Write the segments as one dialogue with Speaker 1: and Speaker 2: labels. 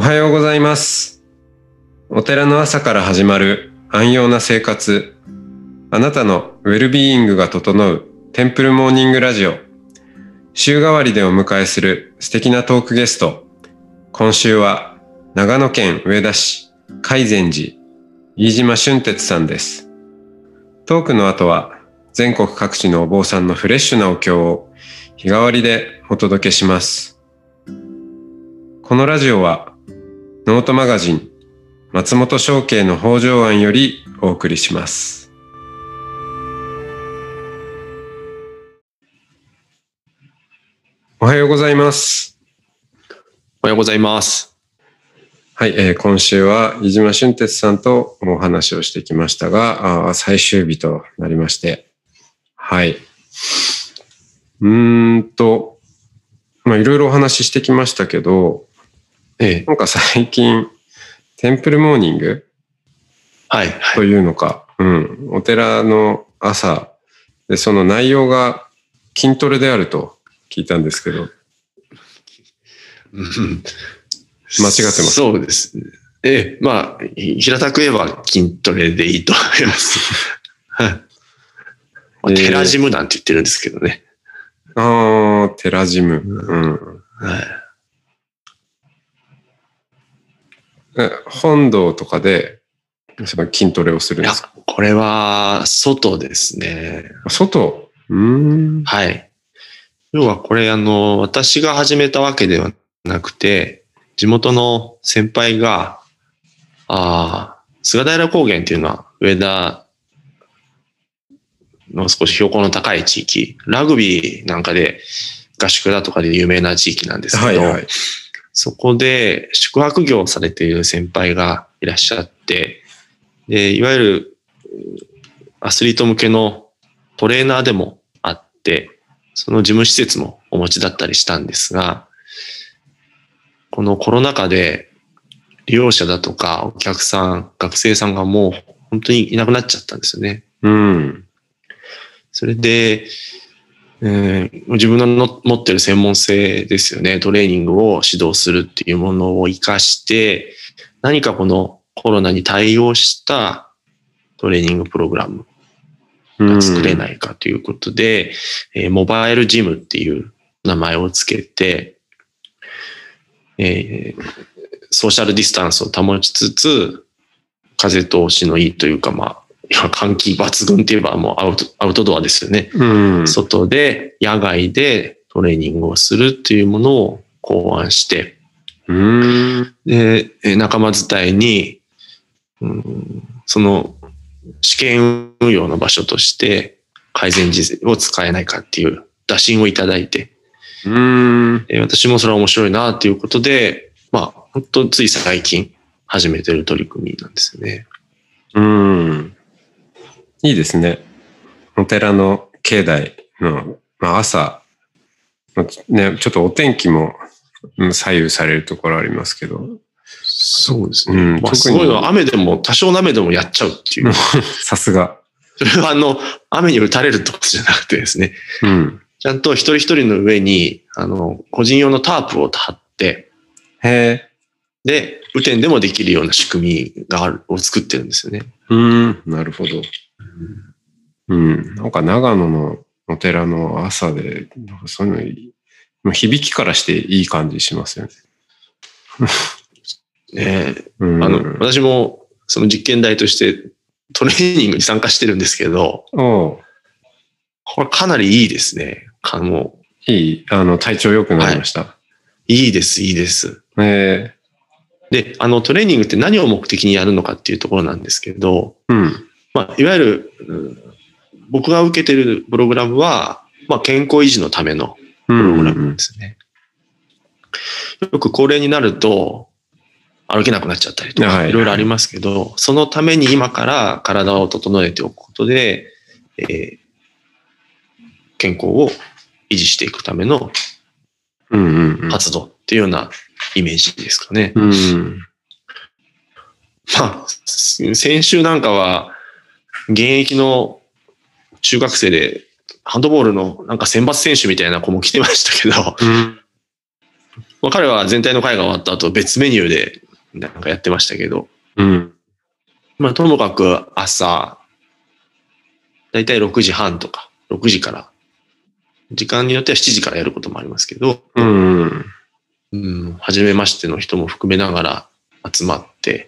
Speaker 1: はようございます。お寺の朝から始まる安養な生活、あなたのウェルビーイングが整うテンプルモーニングラジオ。週替わりでお迎えする素敵なトークゲスト。今週は長野県上田市海禅寺飯島俊哲さんです。トークの後は全国各地のお坊さんのフレッシュなお経を日替わりでお届けします。このラジオはノートマガジン松本商家の北条庵よりお送りします。おはようございます。
Speaker 2: おはようございます。
Speaker 1: はい、今週は飯島俊哲さんとお話をしてきましたが、最終日となりまして、はい。いろいろお話ししてきましたけど、なんか最近テンプルモーニングというのか、お寺の朝でその内容が筋トレであると聞いたんですけど、間違ってます。
Speaker 2: そうです。平たく言えば筋トレでいいと思います。テラジムなんて言ってるんですけどね。
Speaker 1: テラジム。本堂とかでその筋トレをするんですか？
Speaker 2: いや、これは外ですね。
Speaker 1: 外？
Speaker 2: はい。要はこれ私が始めたわけではなくて、地元の先輩が、菅平高原っていうのは上田の少し標高の高い地域、ラグビーなんかで合宿だとかで有名な地域なんですけど、そこで宿泊業をされている先輩がいらっしゃって、で、いわゆるアスリート向けのトレーナーでもあって、その事務施設もお持ちだったりしたんですが、このコロナ禍で利用者だとかお客さん、学生さんがもう本当にいなくなっちゃったんですよね。それで、自分の持ってる専門性ですよね。トレーニングを指導するっていうものを活かして、何かこのコロナに対応したトレーニングプログラムが作れないかということで、モバイルジムっていう名前をつけて、ソーシャルディスタンスを保ちつつ、風通しのいいというか、換気抜群って言えばもうアウトドアですよね。外で、野外でトレーニングをするっていうものを考案して、で、仲間伝いに、その試験運用の場所として改善寺を使えないかっていう打診をいただいて、私もそれは面白いなっていうことで、本当つい最近始めてる取り組みなんですよね。
Speaker 1: いいですね。お寺の境内の、朝、ね、ちょっとお天気も左右されるところありますけど。
Speaker 2: そうですね。すごいのは雨でも、多少の雨でもやっちゃうっていう。
Speaker 1: さすが。
Speaker 2: それは雨に打たれるってことじゃなくてですね。ちゃんと一人一人の上に、個人用のタープを張って、で、雨天でもできるような仕組みを作ってるんですよね。
Speaker 1: なるほど。なんか長野のお寺の朝で、なんかそういうの、響きからしていい感じしますよね。
Speaker 2: 私もその実験台としてトレーニングに参加してるんですけど、これかなりいいですね。
Speaker 1: いい、体調良くなりました。
Speaker 2: いいです、いいです。で、トレーニングって何を目的にやるのかっていうところなんですけど、いわゆる、僕が受けてるプログラムは、健康維持のためのプログラムなんですね。よく高齢になると歩けなくなっちゃったりとか、いろいろありますけど、そのために今から体を整えておくことで、健康を維持していくための活動っていうようなイメージですかね。先週なんかは現役の中学生でハンドボールのなんか選抜選手みたいな子も来てましたけど、 まあ、彼は全体の会が終わった後別メニューでなんかやってましたけど、
Speaker 1: うん。
Speaker 2: まあともかく朝、だいたい6時半とか、6時から、時間によっては7時からやることもありますけど、初めましての人も含めながら集まって、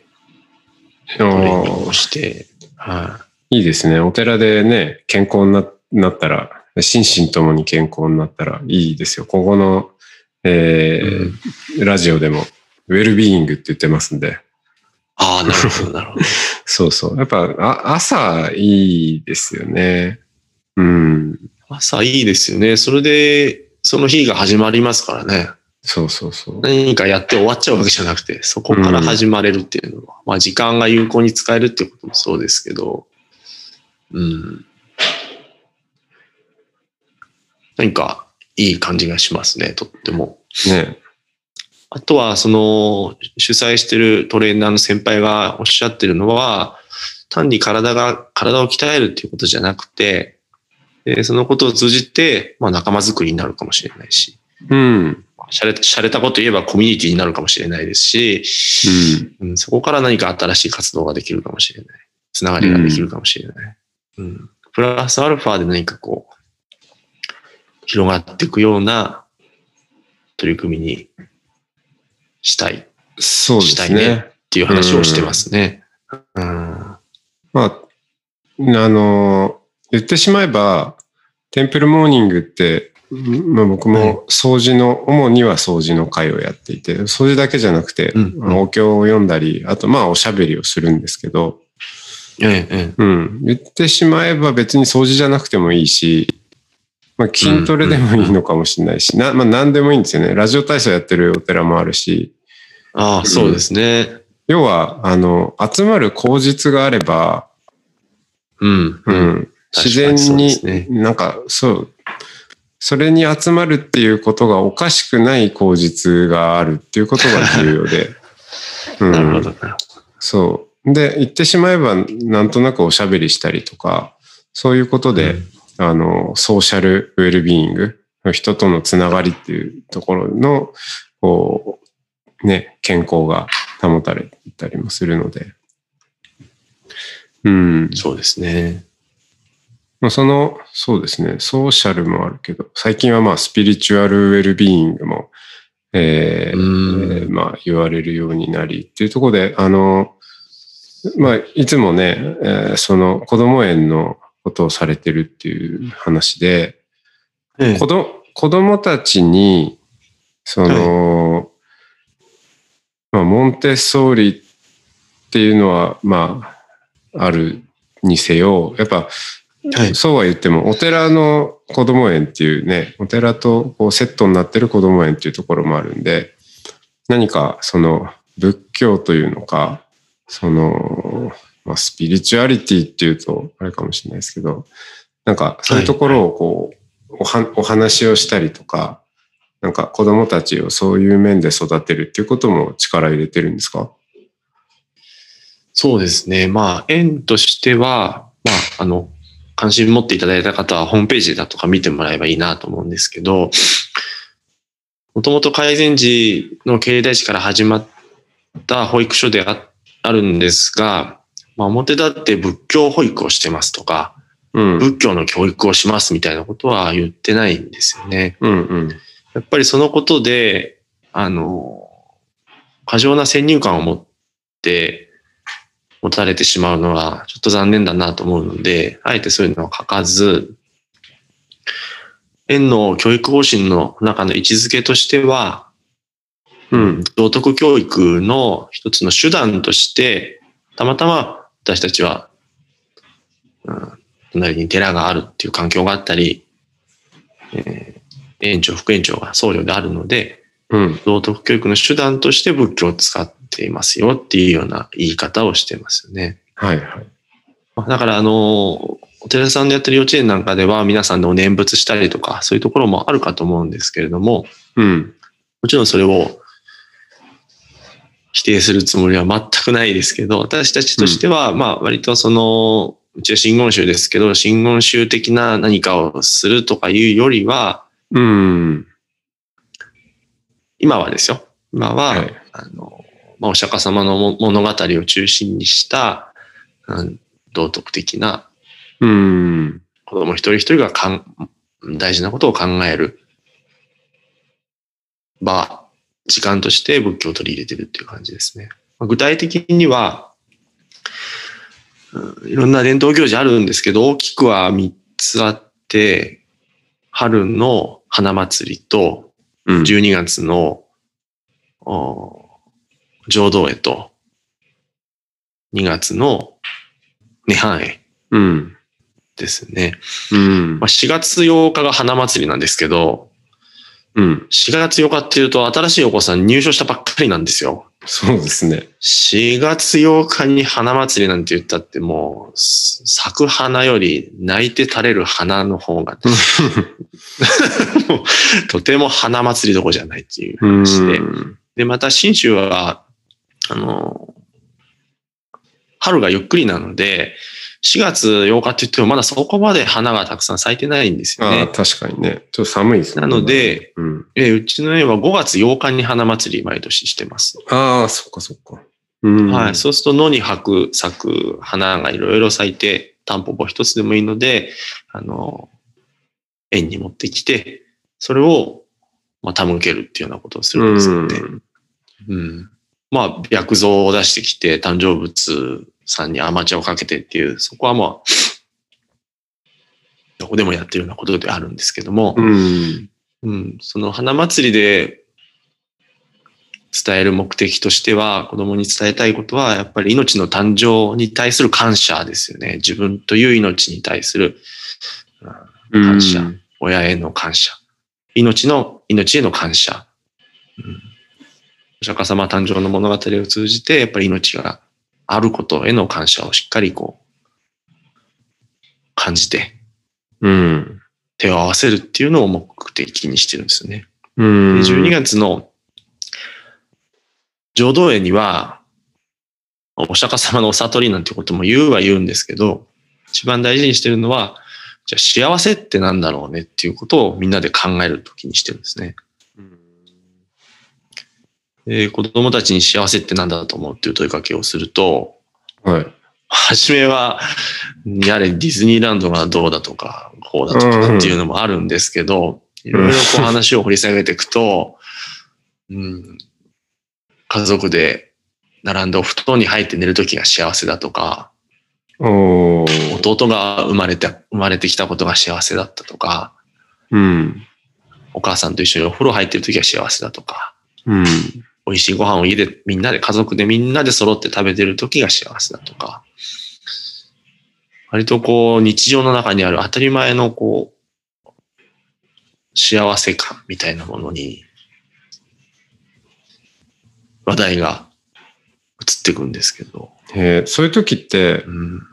Speaker 2: トレーニングをして、
Speaker 1: いいですね。お寺でね、健康になったら、心身ともに健康になったらいいですよ。ここの、ラジオでも、ウェルビーイングって言ってますんで。
Speaker 2: ああ、なるほど、なるほど。
Speaker 1: そうそう。やっぱ、朝いいですよね。
Speaker 2: 朝いいですよね。それで、その日が始まりますからね。
Speaker 1: そうそうそう。
Speaker 2: 何かやって終わっちゃうわけじゃなくて、そこから始まれるっていうのは、まあ時間が有効に使えるっていうこともそうですけど、何かいい感じがしますね、とっても。
Speaker 1: ね。
Speaker 2: あとは、その、主催してるトレーナーの先輩がおっしゃってるのは、単に体を鍛えるっていうことじゃなくて、そのことを通じて、まあ仲間作りになるかもしれないし、しゃれたこと言えばコミュニティになるかもしれないですし、そこから何か新しい活動ができるかもしれない。つながりができるかもしれない。プラスアルファで何かこう、広がっていくような取り組みにしたい。
Speaker 1: そうですね。
Speaker 2: したいねっていう話をしてますね。
Speaker 1: まあ、言ってしまえば、テンプルモーニングって、まあ、僕も主には掃除の会をやっていて、掃除だけじゃなくて、お経を読んだり、あとまあおしゃべりをするんですけど、言ってしまえば別に掃除じゃなくてもいいし、まあ、筋トレでもいいのかもしれないし、まあ何でもいいんですよね。ラジオ体操やってるお寺もあるし。
Speaker 2: ああ、そうですね。
Speaker 1: 要は、集まる口実があれば、自然に、なんか、それに集まるっていうことがおかしくない口実があるっていうことが重要で。
Speaker 2: なるほど。
Speaker 1: そう。で、言ってしまえば、なんとなくおしゃべりしたりとか、そういうことで、ソーシャルウェルビーイング、人とのつながりっていうところの、こう、ね、健康が保たれたりもするので。
Speaker 2: そうですね。
Speaker 1: そうですね、ソーシャルもあるけど、最近はまあスピリチュアルウェルビーイングも、まあ言われるようになりっていうところで、まあいつもね、その子供園のことをされてるっていう話で、子供たちに、まあモンテッソーリっていうのは、まあ、あるにせよ、やっぱ、そうは言っても、お寺の子供園っていうね、お寺とこうセットになってる子供園っていうところもあるんで、何かその仏教というのか、まあ、スピリチュアリティっていうとあれかもしれないですけど、なんかそういうところをこう、お話をしたりとか、なんか子供たちをそういう面で育てるっていうことも力入れてるんですか？
Speaker 2: そうですね。まあ、園としては、まあ、関心持っていただいた方はホームページだとか見てもらえばいいなと思うんですけど、もともと改禅寺の経営大師から始まった保育所であるんですが、まあ、表立って仏教保育をしてますとか、仏教の教育をしますみたいなことは言ってないんですよね。やっぱりそのことで、過剰な先入観を持たれてしまうのはちょっと残念だなと思うので、あえてそういうのを書かず、園の教育方針の中の位置づけとしては、道徳教育の一つの手段として、たまたま私たちは、隣に寺があるっていう環境があったり、園長、副園長が僧侶であるので、道徳教育の手段として仏教を使っていますよっていうような言い方をしてますよね。だからお寺さんでやってる幼稚園なんかでは皆さんでお念仏したりとかそういうところもあるかと思うんですけれども、もちろんそれを否定するつもりは全くないですけど、私たちとしてはまあ割とうちは真言宗ですけど、真言宗的な何かをするとかいうよりは、 今はですよ。今は、
Speaker 1: はい、
Speaker 2: お釈迦様の物語を中心にした、道徳的な、子供一人一人が大事なことを考える時間として仏教を取り入れてるっていう感じですね。具体的には、いろんな伝統行事あるんですけど、大きくは3つあって、春の花祭りと、12月の、浄土会と、2月の涅槃会ですね。4月8日が花祭りなんですけど、4月8日っていうと新しいお子さん入所したばっかりなんですよ。
Speaker 1: そうですね。
Speaker 2: 4月8日に花祭りなんて言ったってもう、咲く花より泣いて垂れる花の方が、もうとても花祭りどころじゃないっていう話で。で、また信州は、春がゆっくりなので、4月8日って言ってもまだそこまで花がたくさん咲いてないんですよね。
Speaker 1: 確かにね。ちょっと寒いですね。
Speaker 2: なので、うちの園は5月8日に花祭り毎年してます。
Speaker 1: ああ、そっかそっか。
Speaker 2: はい。そうすると野に咲く花がいろいろ咲いて、タンポポ一つでもいいので、園に持ってきて、それを、手向けるっていうようなことをするんですよね。白像を出してきて、誕生物さんに甘茶をかけてっていう、そこはどこでもやってるようなことであるんですけども、その花祭りで伝える目的としては、子供に伝えたいことは、やっぱり命の誕生に対する感謝ですよね。自分という命に対する感謝、親への感謝、命への感謝。お釈迦様誕生の物語を通じて、やっぱり命があることへの感謝をしっかり感じて、手を合わせるっていうのを目的にしてるんですよね。で12月の浄土会には、お釈迦様のお悟りなんてことも言うんですけど、一番大事にしてるのは、じゃあ幸せってなんだろうねっていうことをみんなで考えるときにしてるんですね。子供たちに幸せって何だと思うっていう問いかけをすると、初めは、やれディズニーランドがどうだとか、こうだとかっていうのもあるんですけど、いろいろ話を掘り下げていくと、家族で並んでお布団に入って寝るときが幸せだとか、弟が生まれてきたことが幸せだったとか、お母さんと一緒にお風呂入ってるときが幸せだとか、美味しいご飯を家で家族でみんなで揃って食べてる時が幸せだとか、割と日常の中にある当たり前の幸せ感みたいなものに話題が移っていくんですけど。
Speaker 1: そういう時って、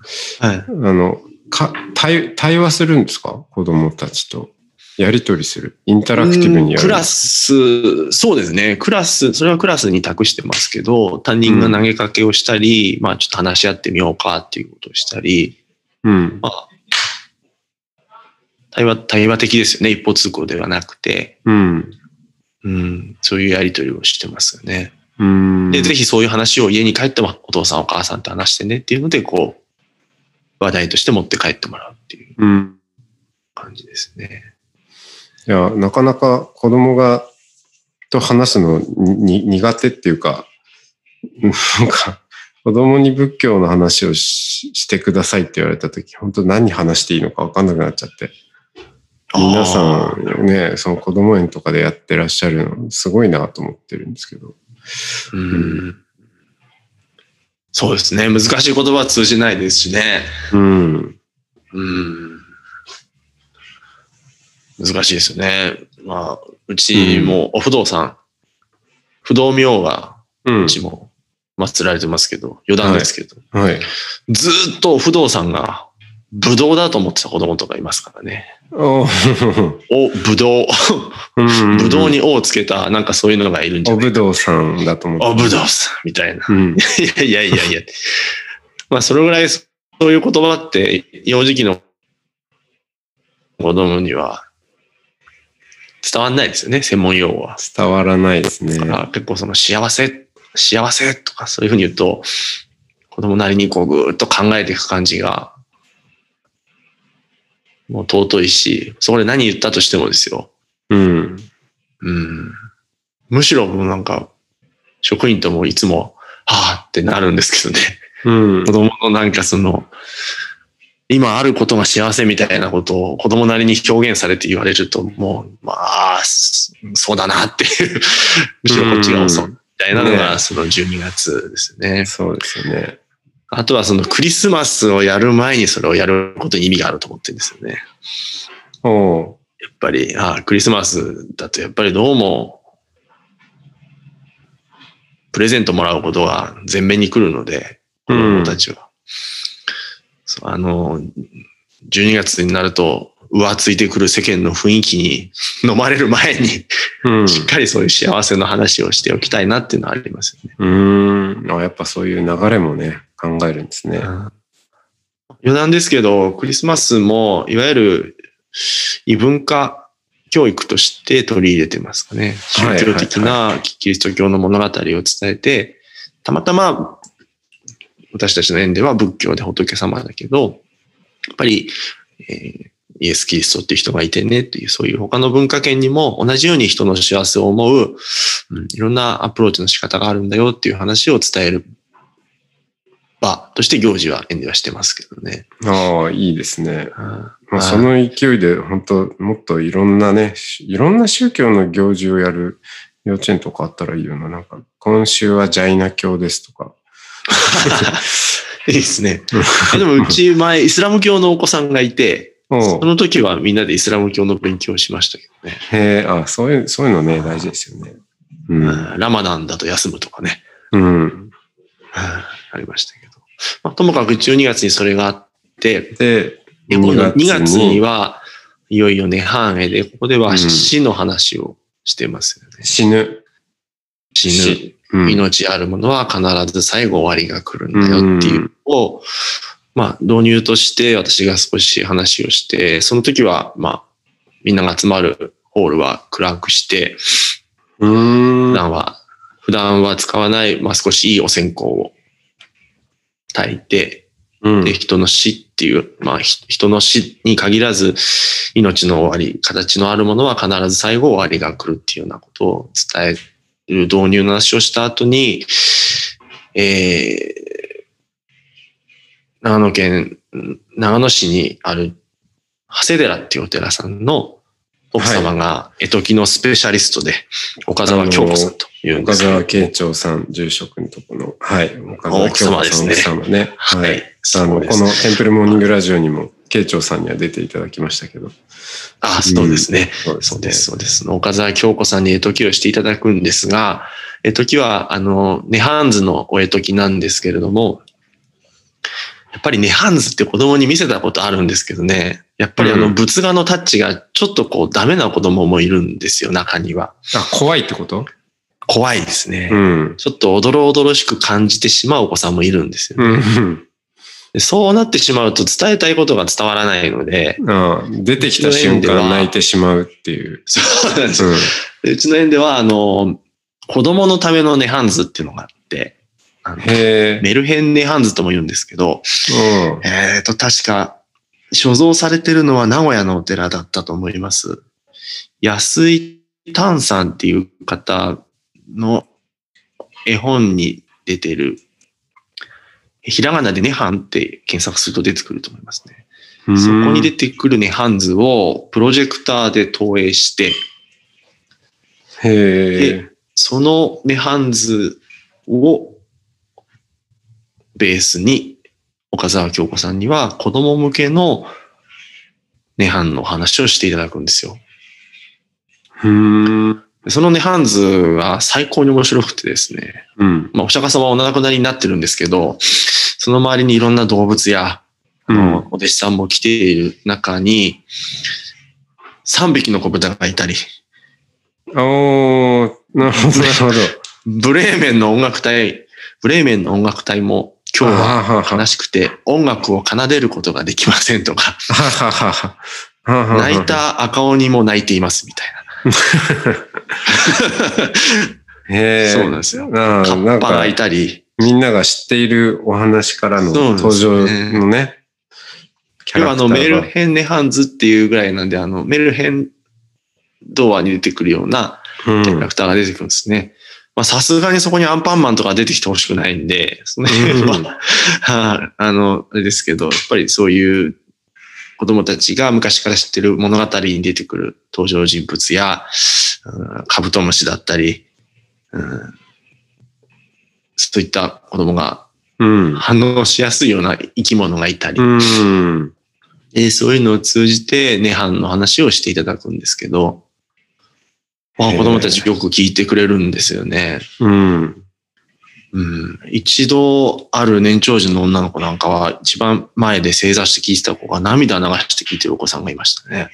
Speaker 1: 対話するんですか？子供たちと。やり取りする。インタラクティブにやる。
Speaker 2: そうですね。それはクラスに託してますけど、担任が投げかけをしたり、ちょっと話し合ってみようかっていうことをしたり、対話的ですよね。一方通行ではなくて、そういうやり取りをしてますよね。で、ぜひそういう話を家に帰ってもお父さんお母さんと話してねっていうので、話題として持って帰ってもらうっていう感じですね。
Speaker 1: いや、なかなか子供と話すの苦手っていうか、子供に仏教の話をしてくださいって言われたとき、本当何話していいのか分かんなくなっちゃって。皆さんね、その子供園とかでやってらっしゃるの、すごいなと思ってるんですけど。
Speaker 2: そうですね。難しい言葉は通じないですしね。難しいですよね。うちもお不動産、不動明がうちも祀られてますけど、余談ですけど、ずっと不動産がブドウだと思ってた子供とかいますからね。ぶどう。ぶどうに「お」をつけた、なんかそういうのがいるんじゃないか。
Speaker 1: おぶどうさんだと思って。
Speaker 2: おぶどうさんみたいな。いや。それぐらいそういう言葉って幼児期の子供には伝伝わんないですよね、専門用語は。
Speaker 1: 伝わらないですね。
Speaker 2: 結構その幸せとかそういうふうに言うと、子供なりにこうぐーっと考えていく感じが、もう尊いし、そこで何言ったとしてもですよ。むしろもうなんか、職員ともいつも、はぁってなるんですけどね。子供のなんかその、今あることが幸せみたいなことを子供なりに表現されて言われると、もう、まあ、そうだなっていう、むしろこっちが遅いみたいなのが、その12月ですね。
Speaker 1: そうですよね。
Speaker 2: あとはそのクリスマスをやる前にそれをやることに意味があると思ってるんですよね。やっぱり、クリスマスだとやっぱりどうも、プレゼントもらうことが前面に来るので、子供たちは。12月になると、浮ついてくる世間の雰囲気に飲まれる前に、しっかりそういう幸せの話をしておきたいなっていうのはありますよね。
Speaker 1: やっぱそういう流れもね、考えるんですね。
Speaker 2: 余談ですけど、クリスマスも、いわゆる異文化教育として取り入れてますかね。宗教的なキリスト教の物語を伝えて、たまたま私たちの縁では仏教で仏様だけど、やっぱり、イエス・キリストっていう人がいてねっていう、そういう他の文化圏にも同じように人の幸せを思う、いろんなアプローチの仕方があるんだよっていう話を伝える場として行事は縁ではしてますけどね。
Speaker 1: いいですね。その勢いで本当もっといろんなね、いろんな宗教の行事をやる幼稚園とかあったらいいよな。なんか今週はジャイナ教ですとか。
Speaker 2: いいですね。でもうち前イスラム教のお子さんがいて、その時はみんなでイスラム教の勉強をしましたけどね。
Speaker 1: そういうのね、大事ですよね。
Speaker 2: ラマダンだと休むとかね。ありましたけど。ともかく12月にそれがあって、今度2月にはいよいよ涅槃会で、ここでは死の話をしてますよね。
Speaker 1: 死ぬ。
Speaker 2: 命あるものは必ず最後終わりが来るんだよっていうのを、導入として私が少し話をして、その時は、みんなが集まるホールは暗くして、普段は使わない、少しいいお線香を焚いて、で、人の死っていう、人の死に限らず、命の終わり、形のあるものは必ず最後終わりが来るっていうようなことを伝える導入の話をした後に、長野市にある長谷寺っていうお寺さんの奥様が絵解きのスペシャリストで、岡澤京子さんというんですけど。
Speaker 1: 岡澤慶長さん、住職のとこの、岡澤京子さんですね。このテンプルモーニングラジオにも慶長さんには出ていただきましたけど。
Speaker 2: そうですね。そうです。岡澤京子さんに絵解きをしていただくんですが、絵解きは、ネハンズのお絵解きなんですけれども、やっぱりネハンズって子供に見せたことあるんですけどね、やっぱり仏画のタッチがちょっとダメな子供もいるんですよ、中には。
Speaker 1: 怖いってこと？
Speaker 2: 怖いですね。ちょっとおどろおどろしく感じてしまうお子さんもいるんですよね。そうなってしまうと伝えたいことが伝わらないので。
Speaker 1: 出てきた瞬間泣いてしまうっていう。
Speaker 2: そうなんです。うちの園では、子供のためのネハンズっていうのがあって、メルヘンネハンズとも言うんですけど、確か、所蔵されてるのは名古屋のお寺だったと思います。安井丹さんっていう方の絵本に出てる、ひらがなでネハンって検索すると出てくると思いますね。そこに出てくるネハンズをプロジェクターで投影して、で、そのネハンズをベースに岡澤京子さんには子供向けのネハンの話をしていただくんですよ。そのネハンズは最高に面白くてですね。お釈迦様はお亡くなりになってるんですけど、その周りにいろんな動物や、お弟子さんも来ている中に、3匹の子豚がいたり。
Speaker 1: なるほど、なるほど。
Speaker 2: ブレーメンの音楽隊も今日は悲しくて音楽を奏でることができませんとか、泣いた赤鬼も泣いていますみたいそうなんですよ。カッパがいたり。
Speaker 1: みんなが知っているお話からの登場のね、
Speaker 2: キャラクターが。メルヘン・ネハンズっていうぐらいなんで、メルヘン童話に出てくるようなキャラクターが出てくるんですね。まあさすがにそこにアンパンマンとか出てきてほしくないんで、その辺は、あれですけど、やっぱりそういう子供たちが昔から知ってる物語に出てくる登場人物や、カブトムシだったり、そういった子供が反応しやすいような生き物がいたり、そういうのを通じて涅槃の話をしていただくんですけど、子供たちよく聞いてくれるんですよね。一度ある年長児の女の子なんかは一番前で正座して聞いてた子が涙流して聞いてるお子さんがいましたね。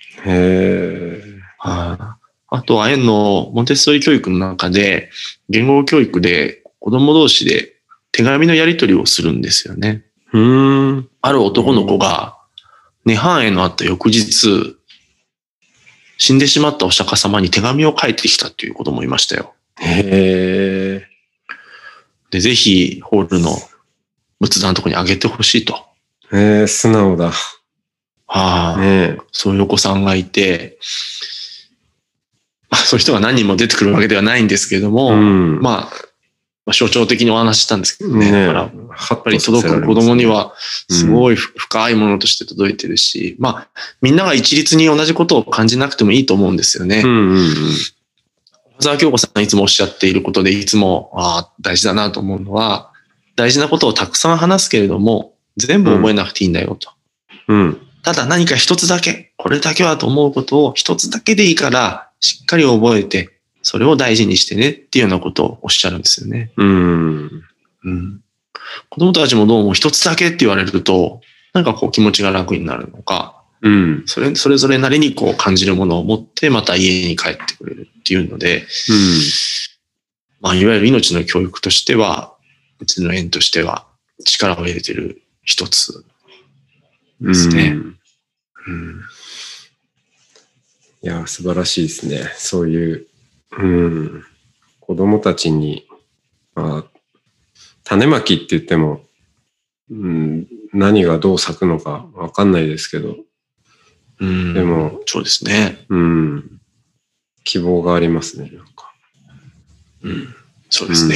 Speaker 2: あとは園のモンテッソーリ教育の中で言語教育で子供同士で手紙のやり取りをするんですよね。ある男の子が涅槃へのあった翌日、死んでしまったお釈迦様に手紙を書いてきたっていう子供いましたよ。で、ぜひホールの仏壇のとこにあげてほしいと。
Speaker 1: 素直だ。
Speaker 2: そういうお子さんがいて、そういう人が何人も出てくるわけではないんですけれども、まあ、象徴的にお話ししたんですけどね。だから、やっぱり届く子供には、すごい深いものとして届いてるし、まあ、みんなが一律に同じことを感じなくてもいいと思うんですよね。小沢京子さんがいつもおっしゃっていることで、いつも大事だなと思うのは、大事なことをたくさん話すけれども、全部覚えなくていいんだよと。ただ何か一つだけ、これだけはと思うことを一つだけでいいから、しっかり覚えて、それを大事にしてねっていうようなことをおっしゃるんですよね。子供たちもどうも一つだけって言われると、なんかこう気持ちが楽になるのか、それぞれなりにこう感じるものを持ってまた家に帰ってくれるっていうので、まあいわゆる命の教育としては、うちの園としては力を入れてる一つですね。
Speaker 1: いや、素晴らしいですね。そういう、子供たちに、種まきって言っても、何がどう咲くのかわかんないですけど、でも、
Speaker 2: そうですね。
Speaker 1: 希望がありますね、なんか。
Speaker 2: そうですね。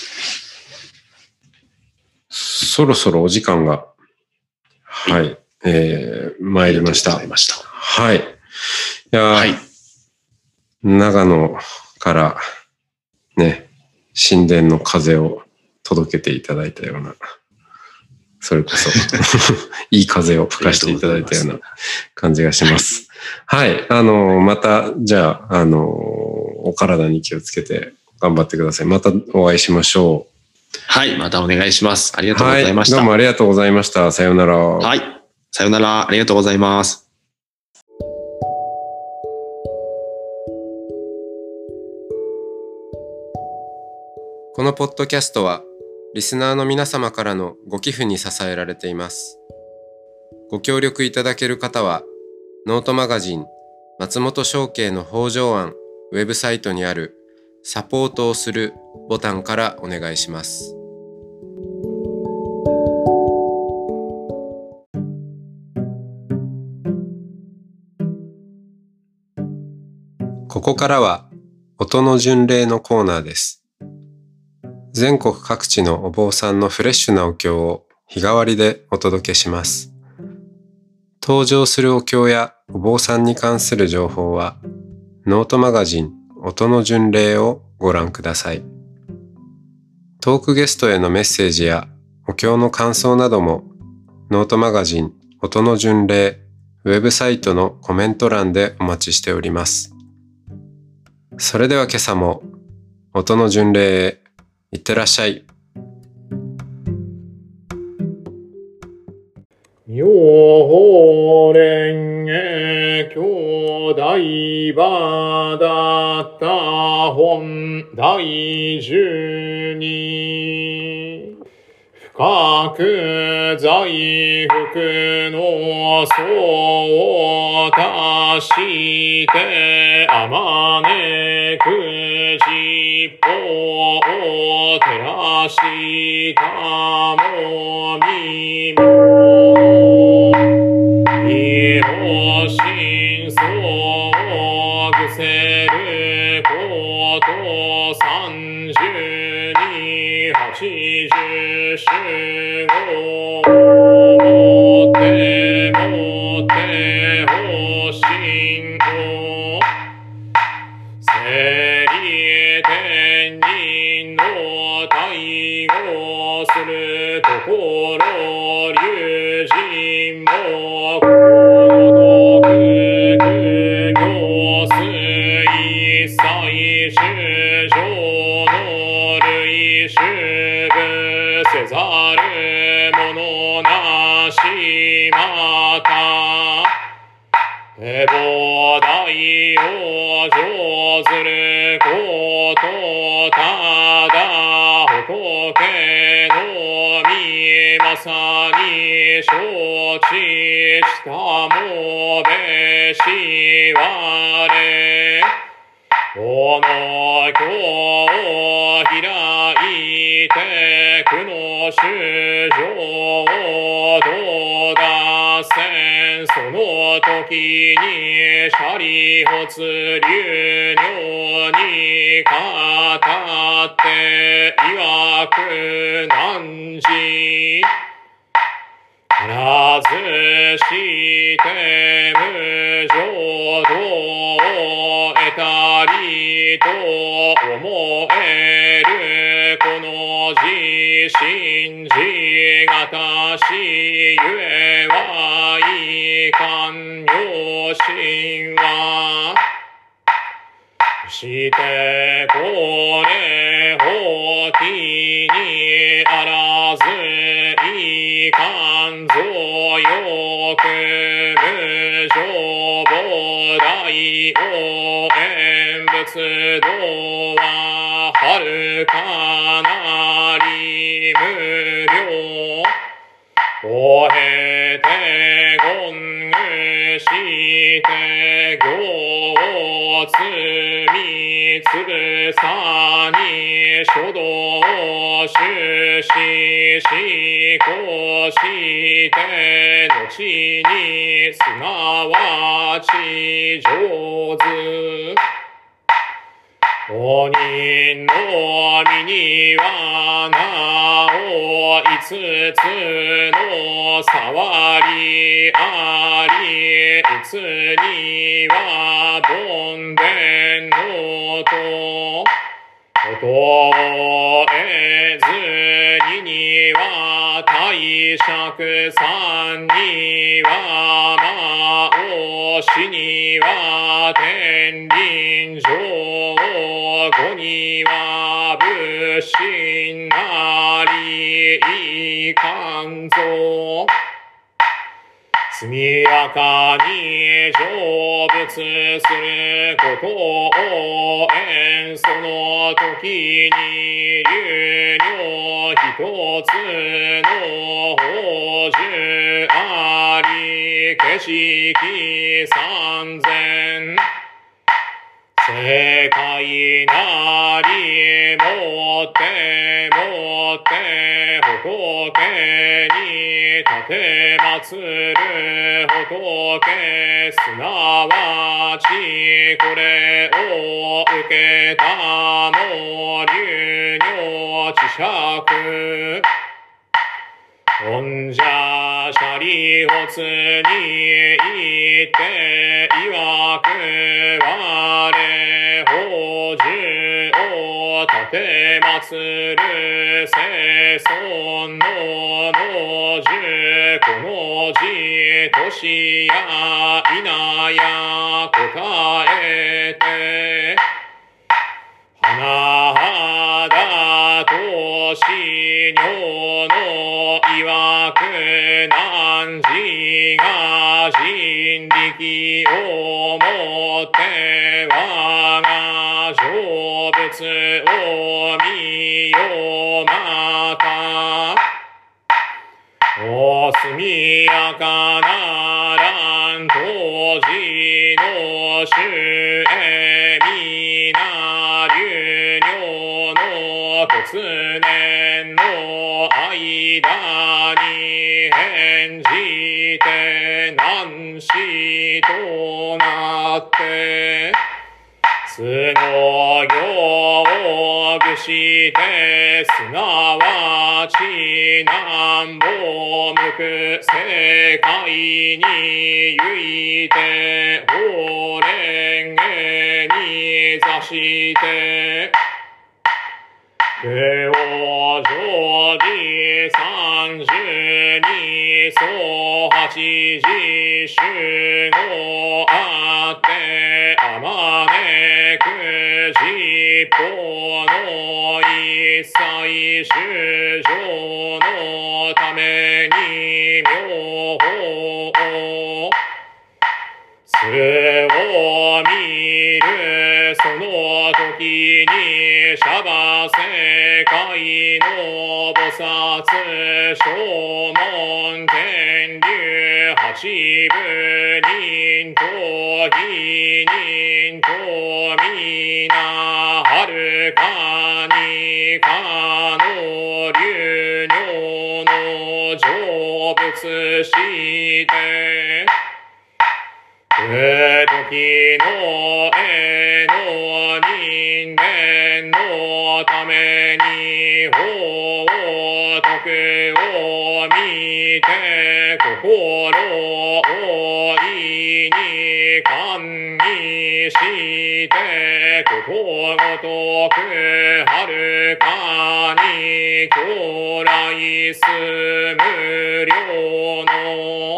Speaker 1: そろそろお時間が、参りました。はい。いや、長野からね、神殿の風を届けていただいたような、それこそいい風を吹かしていただいたような感じがします。はい。また、じゃあ、お体に気をつけて頑張ってください。またお会いしましょう。
Speaker 2: はい。またお願いします。ありがとうございました。
Speaker 1: どうもありがとうございました。さようなら。
Speaker 2: はい。さようなら。ありがとうございます。
Speaker 1: このポッドキャストはリスナーの皆様からのご寄付に支えられています。ご協力いただける方はノートマガジン松本商家の北条案ウェブサイトにあるサポートをするボタンからお願いします。ここからは音の巡礼のコーナーです。全国各地のお坊さんのフレッシュなお経を日替わりでお届けします。登場するお経やお坊さんに関する情報はノートマガジン音の巡礼をご覧ください。トークゲストへのメッセージやお経の感想などもノートマガジン音の巡礼ウェブサイトのコメント欄でお待ちしております。それでは今朝も音の巡礼へいってらっしゃい。
Speaker 3: 妙法蓮華経大バダッタ本第12 深く財福の層を足してあまねく尻尾を照らしたもみもいろ真相をぐせること32、80主語もてもてほしんをせり天人の対応するところ龍神もこの毒行水最終上の類主部せざるものなしまた菩提を上ずることただ仏のみまさに承知したもべしわれこの今日開いて苦の衆生を出せんその時にシャリホツ流尿に語って曰く何時なずして無常道を得たりと思えるこの自信自がたしゆえはいかんよしはしてこれほきにあらずいかんぞよく無常菩提を演仏道ははるかなり無量を経て言具して行を積みつぶさに書道を修し思考して後にすなわち上手お人の身にはなお5つの触りありいつには梵天のとことえずにには大釈三には魔王死には天輪上五には仏心なりいかんぞ速やかに成仏することを縁その時に流尿一つの宝珠あり景色三千世界なりもってもって仏に立て祀る仏すなわちこれを受けたも流尿智釈本者舎利発にいて曰く我宝珠を立て祀る世尊のの樹この字年や否や答えて花だとし尿の曰く何時が人力をもって我が成仏を見よまた速やかならん当時の主へ皆流女の突然の間に返じて難死となってつの行具してすなわち南北向く世界にゆいて法蓮華に座して九往生寺三十二相八時集合あってあまねく十法の一切衆生のために妙法素を見るその時にシャバ世界の菩薩正門天竜八部人と義人と皆はるかにかの流女の成仏して時の絵の人間のために法徳を見て心を意に感にしてことごとくはるかに将来す無量の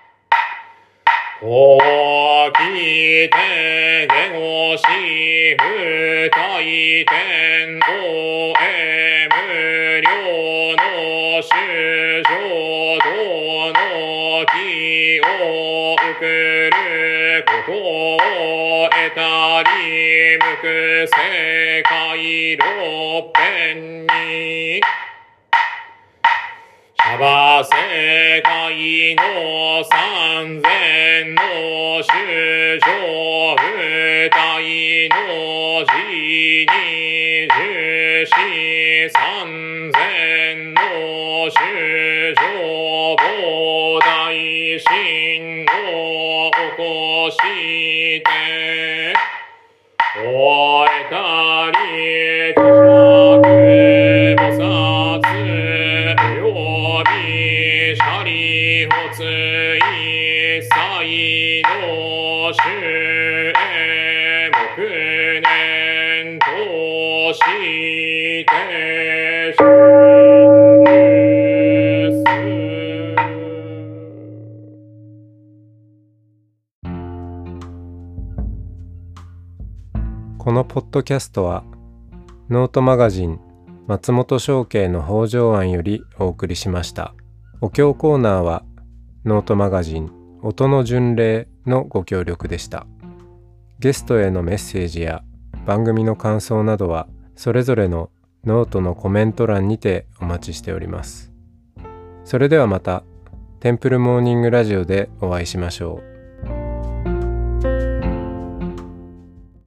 Speaker 3: 起きて下後し不退転を無量の衆生道の気を受くることを得たり向く世界六辺にシャバ世界の三千の衆生不退の字に十四三千の衆生菩提心を起こして終えたり智釈菩薩及び舎利発一切の衆へ黙念として真です。
Speaker 1: このポッドキャストはノートマガジン松本商家の北条庵よりお送りしました。お経コーナーはノートマガジン音の巡礼のご協力でした。ゲストへのメッセージや番組の感想などはそれぞれのノートのコメント欄にてお待ちしております。それではまたテンプルモーニングラジオでお会いしましょう。